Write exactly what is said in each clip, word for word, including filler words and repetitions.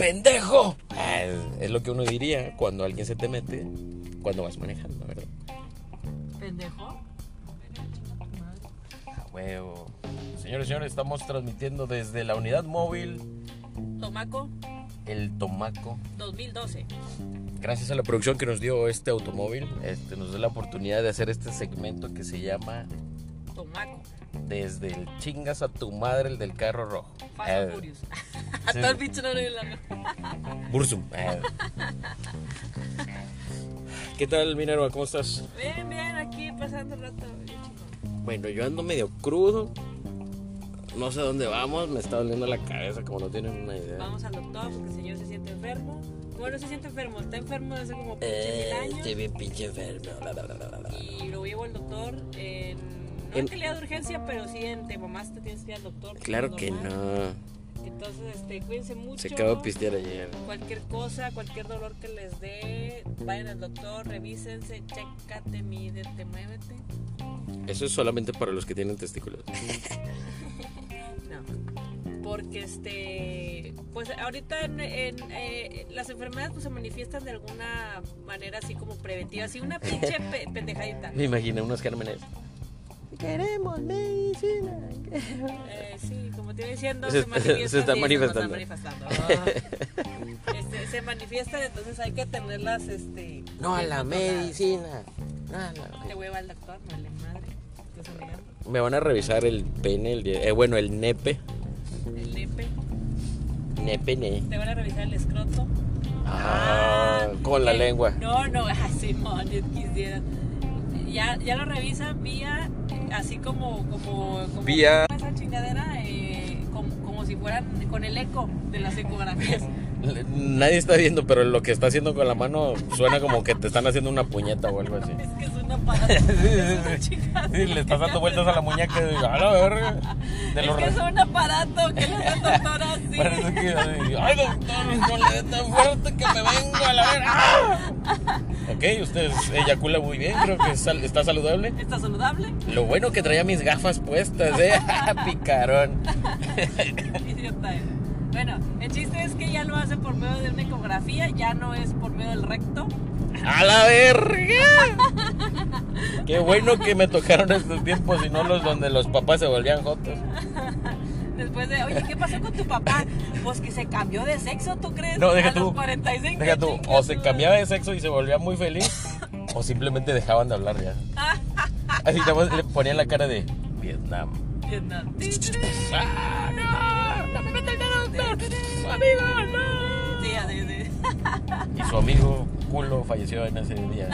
¡pendejo! Es, es lo que uno diría cuando alguien se te mete cuando vas manejando, ¿verdad? ¿Pendejo? A huevo. Señores y señores, estamos transmitiendo desde la unidad móvil Tomaco El Tomaco dos mil doce. Gracias a la producción que nos dio este automóvil, este, nos dio la oportunidad de hacer este segmento que se llama Tomaco. Desde el chingas a tu madre, el del carro rojo. Fast Eh, and Furious. A sí. todo el pinche no lo la. Bursum. Eh. ¿Qué tal, Minerva? ¿Cómo estás? Bien, bien, aquí pasando el rato. Bien chingón. Bueno, yo ando medio crudo. No sé dónde vamos, me está doliendo la cabeza, como no tienen una idea. Vamos al doctor porque el señor se siente enfermo. Bueno, no se siente enfermo, está enfermo desde como pinche Eh, mil años. estoy bien pinche enfermo. Bla, bla, bla, bla, bla. Y lo llevo al doctor en. No En- en calidad de urgencia, pero sí en te mamaste, tienes que ir al doctor. Claro es que normal. no. Entonces, este, cuídense mucho. Se acabó de pistear ayer. Cualquier cosa, cualquier dolor que les dé, vayan al doctor, revísense, chécate, mídete, muévete. Eso es solamente para los que tienen testículos. No, porque este, pues ahorita en, en, eh, las enfermedades pues se manifiestan de alguna manera así como preventiva, así una pinche pe- pendejadita. Me imaginé unos gérmenes. Queremos medicina. Eh, sí, como te iba diciendo, Se- se, manifiestan. se está sí, manifestando. manifestando. Oh. Este, se manifiestan, entonces hay que tenerlas, este. No a bien la controladas. medicina. No a la- Te hueva al doctor, no le madre. Estás obligando. Me van a revisar el pene, el die- eh, bueno, el nepe. El nepe. Nepe, ne. Te van a revisar el escroto. Ah, con la que- lengua. No, no, así no, yo quisiera. Ya, ya lo revisan vía, eh, así como, como, como Vía- esa chingadera, eh, como, como si fueran con el eco de las ecografías. Nadie está viendo, pero lo que está haciendo con la mano suena como que te están haciendo una puñeta o algo así. Es que es una parada. Es una chingada. Sí, le estás dando vueltas a la muñeca y digo, a la verga. De Es los que es un aparato que le dan doctor así. Parece que, ay, doctor, no le dé tan fuerte que me vengo a la verga. ¡Ah! Ok, usted eyacula muy bien, creo que sal- está saludable. ¿Está saludable? Lo bueno que traía mis gafas puestas, eh, picarón. Idiota. Bueno, el chiste es que ya lo hace por medio de una ecografía, ya no es por medio del recto. ¡A la verga! Qué bueno que me tocaron estos tiempos y no los donde los papás se volvían jotos. Después de, oye, ¿qué pasó con tu papá? Pues que se cambió de sexo, ¿tú crees? No, deja a tú. los cuarenta y cinco. Deja tú, chingas, o se tú. cambiaba de sexo y se volvía muy feliz, o simplemente dejaban de hablar ya. Así nada más le ponían la cara de Vietnam. Vietnam. ¡Ah, no! ¡No me meta el dedo, doctor! ¡Su amigo, no! Sí, así, sí. Y su amigo culo falleció en ese día.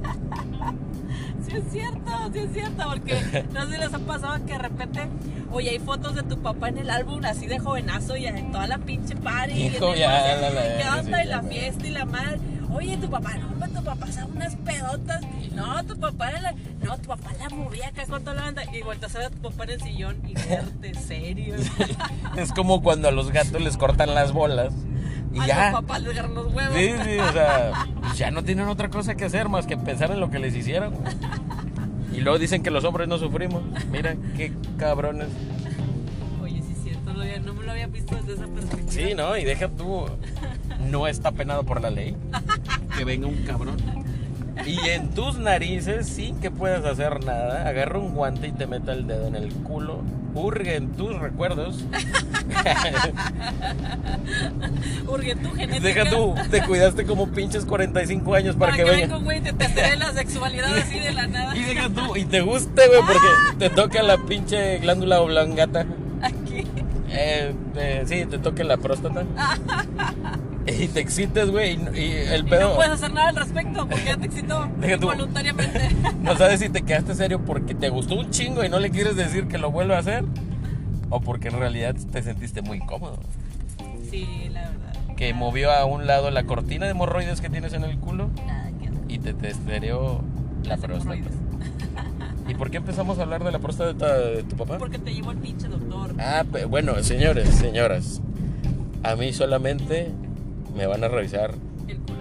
Sí es cierto, sí es cierto, porque no sé si les ha pasado que de repente, oye, hay fotos de tu papá en el álbum así de jovenazo y en toda la pinche party. Hijo, y en el- ya, la, la, ¿qué ya, onda? sí, y la ya, fiesta y la madre. Oye, tu papá, no, hombre, tu papá sabe unas pedotas. No, tu papá era la, no, tu papá la movía acá con toda la banda. Y volteas a ver a tu papá en el sillón y verte serio. Es como cuando a los gatos les cortan las bolas y a ya. los papás les agarran los huevos. Sí, sí, o sea, pues ya no tienen otra cosa que hacer más que pensar en lo que les hicieron. Y luego dicen que los hombres no sufrimos. Mira, qué cabrones. Oye, sí es cierto, no, había- no me lo había visto desde esa perspectiva. Sí, ¿no? Y deja tú, no está penado por la ley que venga un cabrón y en tus narices, sin que puedas hacer nada, agarra un guante y te meta el dedo en el culo, hurgue en tus recuerdos. Porque tu genética. Deja tú, te cuidaste como pinches cuarenta y cinco años para, Para, que, que venga. venga un güey y te testere la sexualidad así de la nada. Y deja tú, y te guste, güey, porque te toca la pinche glándula oblongata. Aquí. Eh, eh, sí, te toca la próstata. Y te excites, güey, y, y el Y pedo. no puedes hacer nada al respecto porque ya te excitó Deja tú. voluntariamente. No sabes si te quedaste serio porque te gustó un chingo y no le quieres decir que lo vuelva a hacer, o porque en realidad te sentiste muy cómodo. Sí, la verdad. Que movió a un lado la cortina de hemorroides que tienes en el culo Nada que hacer. y te testereó la Las próstata. hemorroides. ¿Y por qué empezamos a hablar de la próstata de tu papá? Porque te llevó el pinche doctor. Ah, pe- bueno, señores, señoras, a mí solamente me van a revisar, El culo.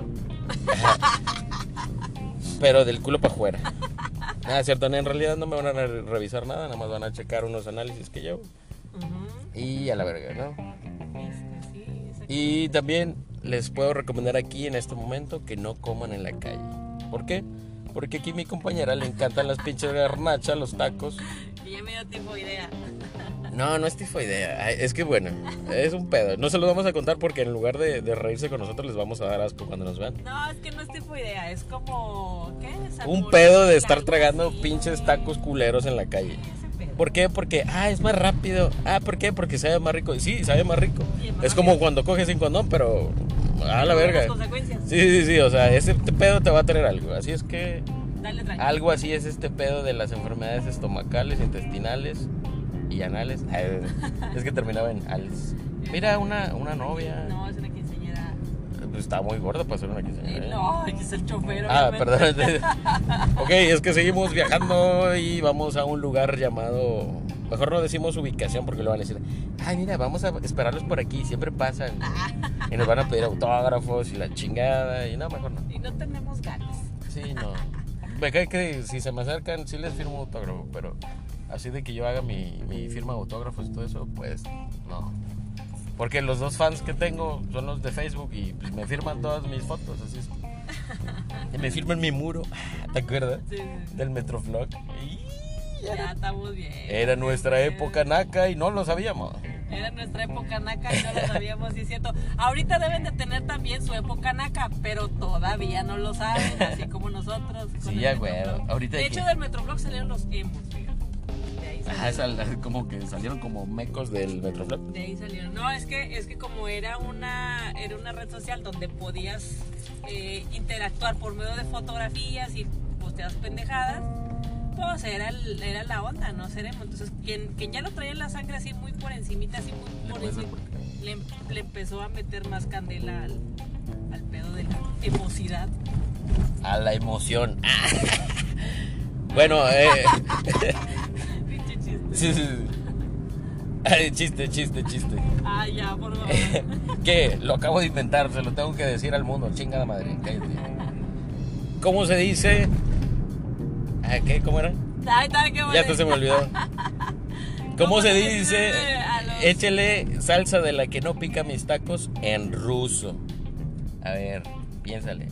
pero del culo para afuera. Ah, cierto, en realidad no me van a re- revisar nada, nada más van a checar unos análisis que llevo Ujú. y a la verga, ¿no? Este, sí, Y también les puedo recomendar aquí en este momento que no coman en la calle. ¿Por qué? Porque aquí a mi compañera le encantan las pinches garnachas, los tacos. Y ya me dio tipo idea. No, no es tifoidea. Ay, es que bueno, es un pedo. No se lo vamos a contar porque en lugar de, de reírse con nosotros les vamos a dar asco cuando nos vean. No, es que no es tipo idea, es como... ¿Qué? Un pedo de estar Algo tragando así. pinches tacos culeros en la calle. Ese pedo. ¿Por qué? Porque, ah, es más rápido. Ah, ¿por qué? Porque sabe más rico. Sí, sabe más rico. Y es más Es como rápido. cuando coges sin condón, pero a la Con verga. las consecuencias. Sí, sí, sí, o sea, ese pedo te va a traer algo. Así es que Dale tranquilo. algo así es este pedo de las enfermedades estomacales, intestinales y anales. Ay, es que terminaba en ales. Mira, una, una novia. No, es una quinceañera. Pues está muy gorda para ser una quinceañera. ¿eh? No, hay que ser chofer. Ah, obviamente. perdón. Ok, es que seguimos viajando y vamos a un lugar llamado... Mejor no decimos ubicación porque lo van a decir. Ay, mira, vamos a esperarlos por aquí, siempre pasan. Y nos van a pedir autógrafos y la chingada. Y no, mejor no. Y no tenemos ganas. Sí, no. Me cae que si se me acercan, sí les firmo autógrafo, pero así de que yo haga mi, mi firma de autógrafos y todo eso, pues no. Porque los dos fans que tengo son los de Facebook y pues, me firman todas mis fotos, así es. Y me firman mi muro, ¿te acuerdas? Sí, sí, sí. Del Metroflog. Y Ya estamos bien. era nuestra época naca y no lo sabíamos. Era nuestra época naca y no lo sabíamos, sí es cierto. Ahorita deben de tener también su época naca, pero todavía no lo saben, así como nosotros. con Sí, el ya, Metroflog. güey, ahorita De de hecho, que- del Metroflog salieron los emos, fíjate. De ahí Ah, salieron. esa- como que salieron como mecos del Metroflog. De ahí salieron. No, es que, es que como era una, era una red social donde podías eh, interactuar por medio de fotografías y posteadas pendejadas, pues era, el- era la onda, ¿no? Seremos. Entonces, quien, quien ya lo traía en la sangre así muy por encimita, así muy ¿Le por puedes dar encima, por le, le empezó a meter más candela al, al pedo de la emocidad. A la emoción. Bueno, eh... Pinche chiste. Sí, sí, sí. Ay, chiste, chiste, chiste. Ah, ya, por favor. ¿Qué? Lo acabo de inventar, se lo tengo que decir al mundo. Chingada madre, cállate. ¿Cómo se dice? Ah, ¿qué? ¿Cómo era? Ay, ay, qué Ya te se me olvidó. ¿Cómo se dice? a los- Échele salsa de la que no pica mis tacos en ruso. A ver, piénsale.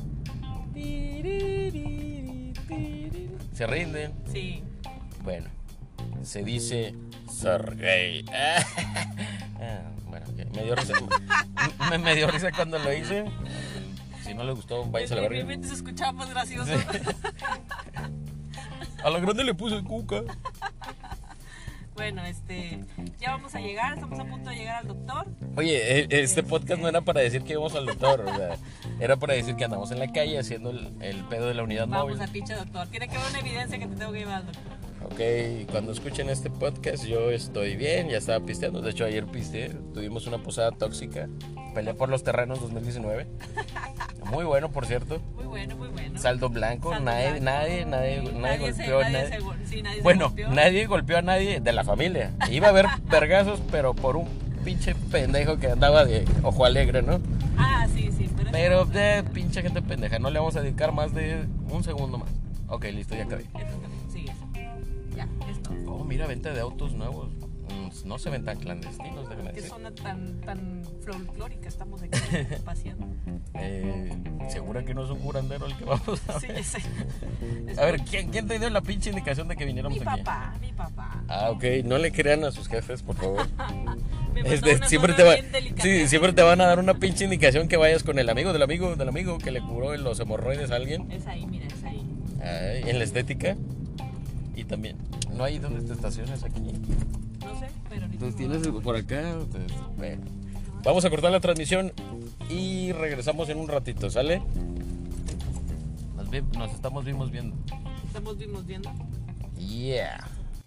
¿Se rinden? Sí. Bueno, se dice Sergey. Ah, bueno, que me dio risa. Me, me dio risa cuando lo hice. Si no le gustó, váyase a la verga. Definitivamente se escuchaba más gracioso. Sí. A la grande le puse cuca. Bueno, este, ya vamos a llegar, estamos a punto de llegar al doctor. Oye, eh, este podcast no era para decir que íbamos al doctor, o sea, era para decir que andamos en la calle haciendo el, el pedo de la unidad Vamos móvil. al pinche doctor. Tiene que haber una evidencia que te tengo que llevar al doctor. Ok, cuando escuchen este podcast yo estoy bien, ya estaba pisteando. De hecho ayer pisteé, tuvimos una posada tóxica. Peleé por los terrenos dos mil diecinueve. Muy bueno, por cierto. Muy bueno, muy bueno. Saldo blanco, Saldo nadie, blanco. nadie, nadie, Sí, nadie se- golpeó a nadie nadie. se gol- sí, nadie se Bueno, golpeó. nadie golpeó a nadie de la familia. Iba a haber vergazos, pero por un pinche pendejo que andaba de ojo alegre, ¿no? Ah, sí, sí. Pero, Pero de pinche gente pendeja, no le vamos a dedicar más de un segundo más. Ok, listo, ya acabé. Sigue. Ya, es todo. Oh, mira, venta de autos nuevos. Mm, No se ven tan clandestinos, déjame Qué decir. zona tan, tan folclórica estamos aquí paseando. Eh, ¿Segura que no es un curandero el que vamos a Sí, ver? ya sé. A ver, ¿quién, ¿quién te dio la pinche indicación de que viniéramos Mi aquí? papá, mi papá. Ah, ok, no le crean a sus jefes, por favor. Me mandó Este, una siempre, zona te va, bien delicada. sí, siempre te van a dar una pinche indicación que vayas con el amigo del amigo del amigo que le curó los hemorroides a alguien. Es ahí, mira, es ahí. Ay, en la estética. Y también, no hay donde te estaciones aquí. No sé, pero ahorita Entonces me tienes voy a- por acá. Entonces, bueno. Vamos a cortar la transmisión y regresamos en un ratito, ¿sale? Nos, vi- nos estamos vimos viendo. Estamos vimos viendo. Yeah.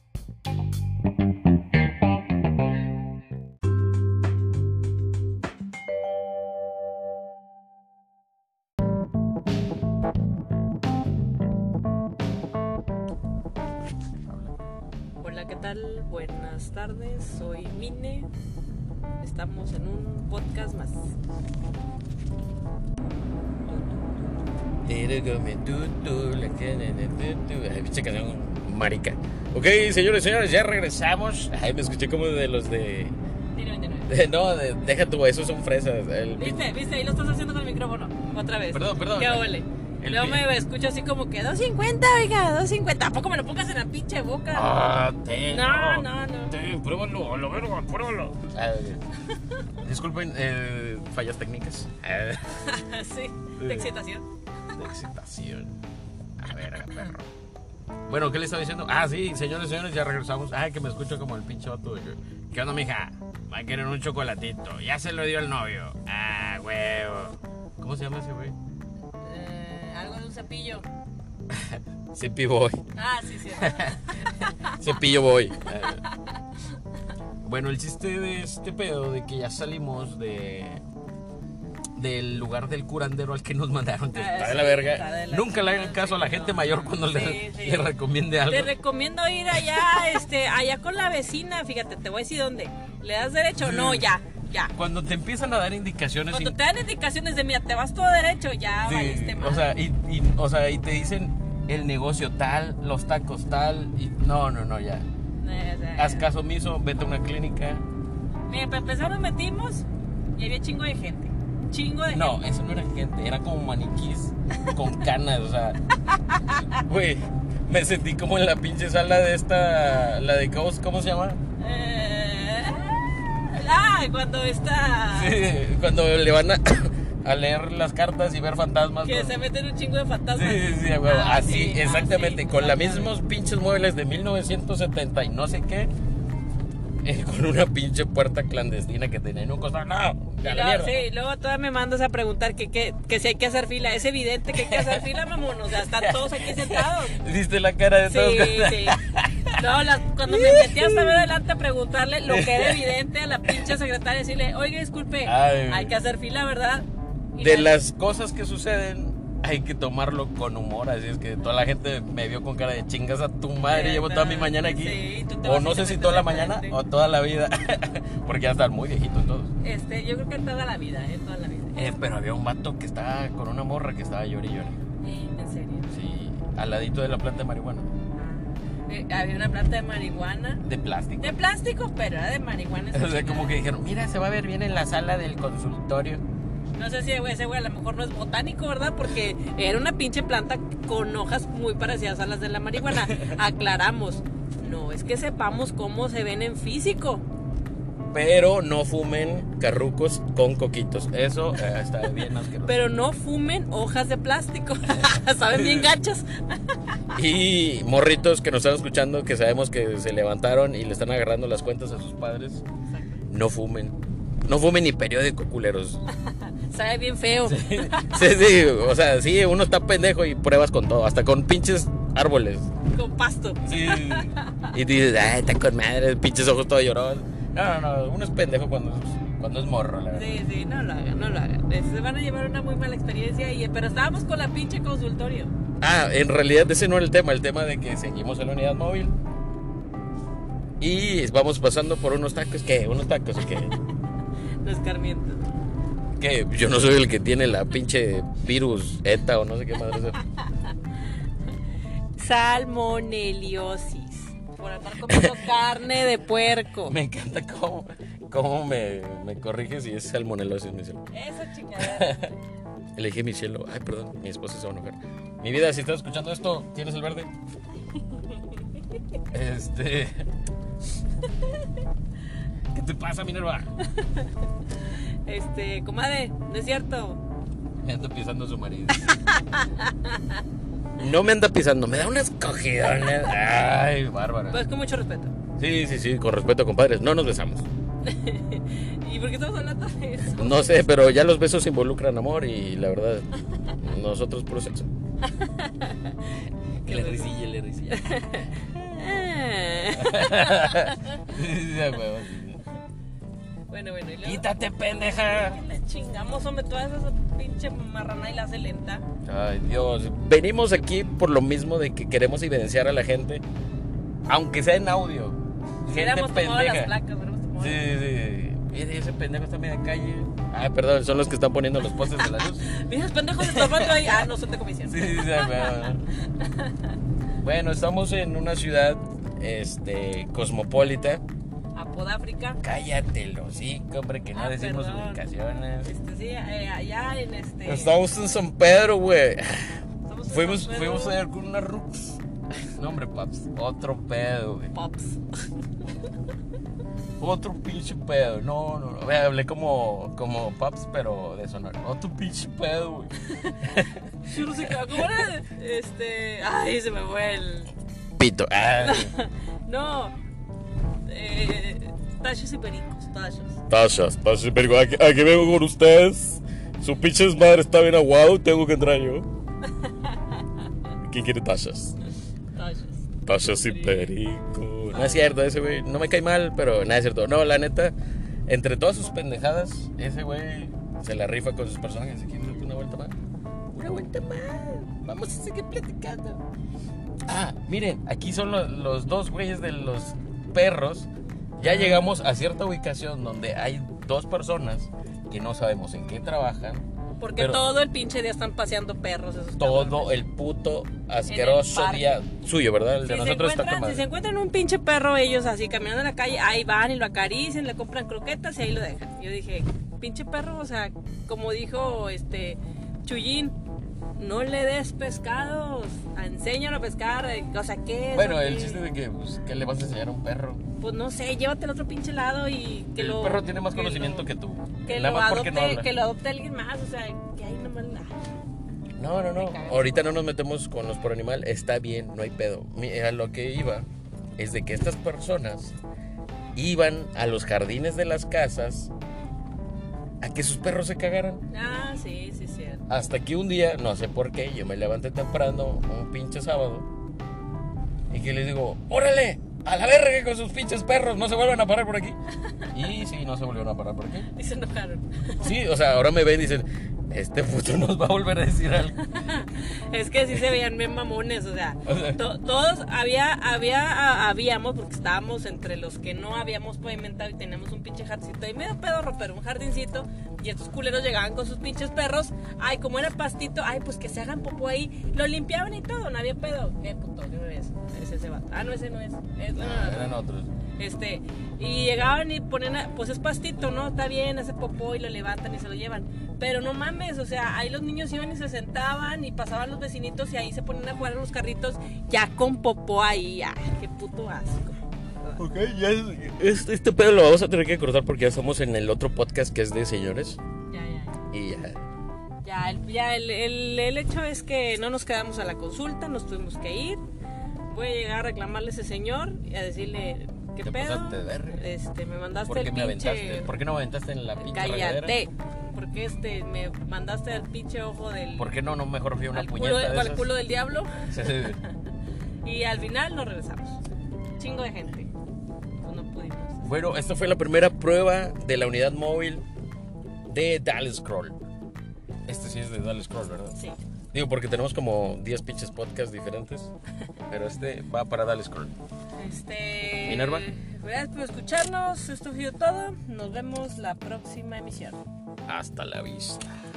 Hola, ¿qué tal? Buenas tardes, soy Mine. Estamos en un podcast más. Ay, pinche canción marica. Ok, señores y señores, ya regresamos. Ay, me escuché como de los de Tiene veintinueve. No, de- deja tú, esos son fresas. El ¿Viste? ¿Viste? Ahí lo estás haciendo con el micrófono. Otra vez. Perdón, perdón. Qué ole. El Luego pi- me escucho así como que dos cincuenta, oiga, dos cincuenta. ¿A poco me lo pongas en la pinche boca? Ah, te. No, no, no. Te, pruébalo, a la verga, pruébalo. Ah, disculpen, eh, fallas técnicas. Ah, Sí, de excitación. de excitación. A ver, perro. Bueno, ¿qué le estaba diciendo? Ah, sí, señores, señores, ya regresamos. Ay, que me escucho como el pinche vato. de que, ¿Qué onda, mija? Va a querer un chocolatito. Ya se lo dio el novio. Ah, huevo. ¿Cómo se llama ese güey? Eh, algo de un cepillo. Cepi Boy. Ah, sí, sí. Cepillo Boy. Eh, Bueno, el chiste de este pedo de que ya salimos de del lugar del curandero al que nos mandaron, que Ah, está de sí, la verga. está de la Nunca le hagan chingada, caso a la sí, gente no. mayor cuando Sí, le, sí. le recomiende algo. Te recomiendo ir allá, este, allá con la vecina. Fíjate, te voy a decir dónde. ¿Le das derecho? Sí. No, ya, ya. Cuando te empiezan a dar indicaciones Cuando y- te dan indicaciones de, mira, te vas todo derecho, ya sí, valiste mal. o sea, y, y- o sea, y te dicen el negocio tal, los tacos tal, y no, no, no, ya. Eh, o sea, Haz caso omiso, vete a una clínica. Mira, para empezar nos metimos y había chingo de gente. Chingo de No, gente. eso no era gente, era como maniquís con canas, o sea. Güey, me sentí como en la pinche sala de esta, la de Ghost, ¿cómo se llama? Eh, ah, cuando está... Sí, cuando le van a, a leer las cartas y ver fantasmas. Que con- se meten un chingo de fantasmas. Sí, sí, sí, güey, Ah, así, sí, ah, exactamente, sí, con los exactamente. mismos pinches muebles de mil novecientos setenta y no sé qué, eh, con una pinche puerta clandestina que tenía en un costado. No, Y ya la luego, mierda. sí, y luego todavía me mandas a preguntar que, que, que si hay que hacer fila. Es evidente que hay que hacer fila, mamón. O sea, están todos aquí sentados. ¿Viste la cara de Sí, todos? sí. No, las- cuando me metí hasta ver adelante a preguntarle lo que era evidente a la pinche secretaria, decirle, oiga, disculpe, Ay. hay que hacer fila, ¿verdad? Y De la- las cosas que suceden, hay que tomarlo con humor. Así es que toda la gente me vio con cara de chingas a tu madre. Sí, Llevo toda mi no, mañana aquí. sí, tú te O vas no y te sé si metes toda la de mañana frente. o toda la vida. Porque ya están muy viejitos todos. Este, yo creo que toda la vida, ¿eh? Toda la vida. Eh, pero había un vato que estaba con una morra que estaba llori llori. En serio. Sí, al ladito de la planta de marihuana. Eh, había una planta de marihuana. De plástico. De plástico, pero era de marihuana. esa O sea, como chingada. que dijeron, mira, se va a ver bien en la sala del consultorio. No sé si ese güey a lo mejor no es botánico, ¿verdad? Porque era una pinche planta con hojas muy parecidas a las de la marihuana. Aclaramos. No es que sepamos cómo se ven en físico. Pero no fumen carrucos con coquitos. Eso eh, está bien asqueroso. Pero no fumen hojas de plástico. ¿Saben bien gachas? Y morritos que nos están escuchando, que sabemos que se levantaron y le están agarrando las cuentas a sus padres, no fumen. No fumen ni periódico, culeros. Sabe bien feo. Sí, sí, o sea, sí, uno está pendejo y pruebas con todo, hasta con pinches árboles. Con pasto. Sí. Y dices, ay, está con madre, pinches ojos todos llorados. No, no, no, uno es pendejo cuando es, cuando es morro, la verdad. Sí, sí, no lo hagan, no lo hagan. Se van a llevar una muy mala experiencia. Y, pero estábamos con la pinche consultorio. Ah, en realidad ese no era el tema, el tema de que seguimos en la unidad móvil. Y vamos pasando por unos tacos, ¿qué? ¿Unos tacos o qué? Los escarmientos. Que yo no soy el que tiene la pinche virus ETA o no sé qué madre es. Salmoneliosis. Por andar comiendo carne de puerco. Me encanta cómo, cómo me, me corriges si es salmonelosis, mi cielo. Esa chingadera. Le dije mi cielo, ay perdón, mi esposa se va a enojar. Mi vida, si estás escuchando esto, ¿tienes el verde? Este... ¿Qué te pasa, Minerva? Este, comadre, no es cierto. Me anda pisando su marido. No me anda pisando, me da unas cogidonas. Ay, bárbara. Pues con mucho respeto. Sí, sí, sí, con respeto, compadres. No nos besamos. ¿Y por qué estamos hablando de eso? No sé, pero ya los besos involucran amor y la verdad, nosotros puro sexo. Le risilla, le risilla. Ah. Sí, sí, sí, a huevo, sí. Bueno, bueno, y luego. Quítate, pendeja. ¿Qué le chingamos, hombre? Toda esa pinche marrana y la hace lenta. Ay, Dios. Venimos aquí por lo mismo de que queremos evidenciar a la gente, aunque sea en audio. Gente Hubiéramos tomado las pendeja. placas, hubiéramos tomado. Sí, sí. Mire, ese pendejo está en media calle. Ay, perdón, son los que están poniendo los postes de la luz. Mira, los pendejos estorbando ahí. Ah, no son de comisión. Sí, sí, sí, bueno. Bueno, estamos en una ciudad este, cosmopolita. ¿A Podáfrica. Cállate, sí, hombre, que no Ah, decimos perdón. ubicaciones. Este, sí, eh, allá en este... Estamos en San Pedro, güey. estamos en Fuimos, San Pedro. fuimos a ir con una Rux. No, hombre, paps. Otro pedo, güey. Pops. Otro pinche pedo. No, no, no. Vea, hablé como, como paps, pero de sonar. Otro pinche pedo, güey. Yo no sé qué, ¿cómo era? Este... Ay, se me fue el... Pito. Ah. No. Eh, tachos y pericos, tachos. Tachas, tachas, pero aquí, aquí vengo con ustedes. Su pinche madre está bien aguado y tengo que entrar yo. ¿Quién quiere tachas? Tachos. Tachas y perico. No es cierto, ese güey no me cae mal, pero nada es cierto. No, la neta, entre todas sus pendejadas, ese güey se la rifa con sus personajes. ¿Quieres darte una vuelta más? Una vuelta más. Vamos a seguir platicando. Ah, miren, aquí son los, los dos güeyes de los perros. Ya llegamos a cierta ubicación donde hay dos personas que no sabemos en qué trabajan. Porque pero todo el pinche día están paseando perros esos todo cabrones. el puto asqueroso parque. día suyo, ¿verdad? El Si de se, nosotros está encuentran, quemado. si se encuentran un pinche perro ellos así caminando en la calle, ahí van y lo acarician, le compran croquetas y ahí lo dejan. Yo dije, pinche perro, o sea, como dijo este Chuyín, no le des pescados, enséñalo a pescar, o sea, ¿qué es? Bueno, ¿O el qué? chiste de que, pues, ¿qué le vas a enseñar a un perro? Pues no sé, llévate al otro pinche lado y que el lo... perro tiene más que conocimiento lo- que tú. Que Nada lo, más porque adopte, no habla. que lo adopte alguien más, o sea, que ahí nomás... No, no, no. Me cagas. Ahorita no nos metemos con los por animal. Está bien, no hay pedo. Mira, lo que iba es de que estas personas iban a los jardines de las casas a que sus perros se cagaran. Ah, sí, sí, sí. Hasta que un día, no sé por qué, yo me levanté temprano, un pinche sábado, y que les digo, ¡órale! ¡A la verga con sus pinches perros! ¡No se vuelvan a parar por aquí! Y sí, no se volvieron a parar por aquí. Y se enojaron. Sí, o sea, ahora me ven y dicen, este puto nos va a volver a decir algo. Es que sí se veían bien mamones, o sea, O sea. to- todos había, había, a- habíamos, porque estábamos entre los que no habíamos pavimentado y teníamos un pinche jardincito ahí medio pedorro, pero un jardincito, y estos culeros llegaban con sus pinches perros, ay, como era pastito, ay, pues que se hagan popó ahí, lo limpiaban y todo, no había pedo. Eh, puto, ¿qué me ves? Es ese vato. Ah, no, ese no es. es no, no, no. Eran otros. Este, y llegaban y ponían, a- pues es pastito, ¿no? Está bien, hace popó y lo levantan y se lo llevan. Pero no mames, o sea, ahí los niños iban y se sentaban y pasaban los vecinitos y ahí se ponían a jugar en los carritos ya con popó ahí. Ay, qué puto asco. Ok, ya es, este, este pedo lo vamos a tener que cortar porque ya estamos en el otro podcast que es de señores. Ya, ya. Y ya. Ya, el, ya el, el, el hecho es que no nos quedamos a la consulta, nos tuvimos que ir. Voy a llegar a reclamarle a ese señor y a decirle, ¿qué Te pedo? pasaste de verga. Este, me mandaste ¿Por qué el me pinche... aventaste? ¿Por qué no me aventaste en la pinche regadera? Cállate. Porque este, me mandaste al pinche ojo del... ¿Por qué no, no mejor fui a una al puñeta culo, de al esas? culo del diablo. Sí, sí. Y al final nos regresamos. Chingo de gente. Pues no pudimos. Bueno, esta fue la primera prueba de la unidad móvil de Dallas Scroll. Este sí es de Dallas Scroll, ¿verdad? Sí. Digo, porque tenemos como diez pinches podcasts diferentes. Pero este va para Dallas Scroll. Este. Minerva. Gracias por escucharnos. Esto ha sido todo. Nos vemos la próxima emisión. Hasta la vista.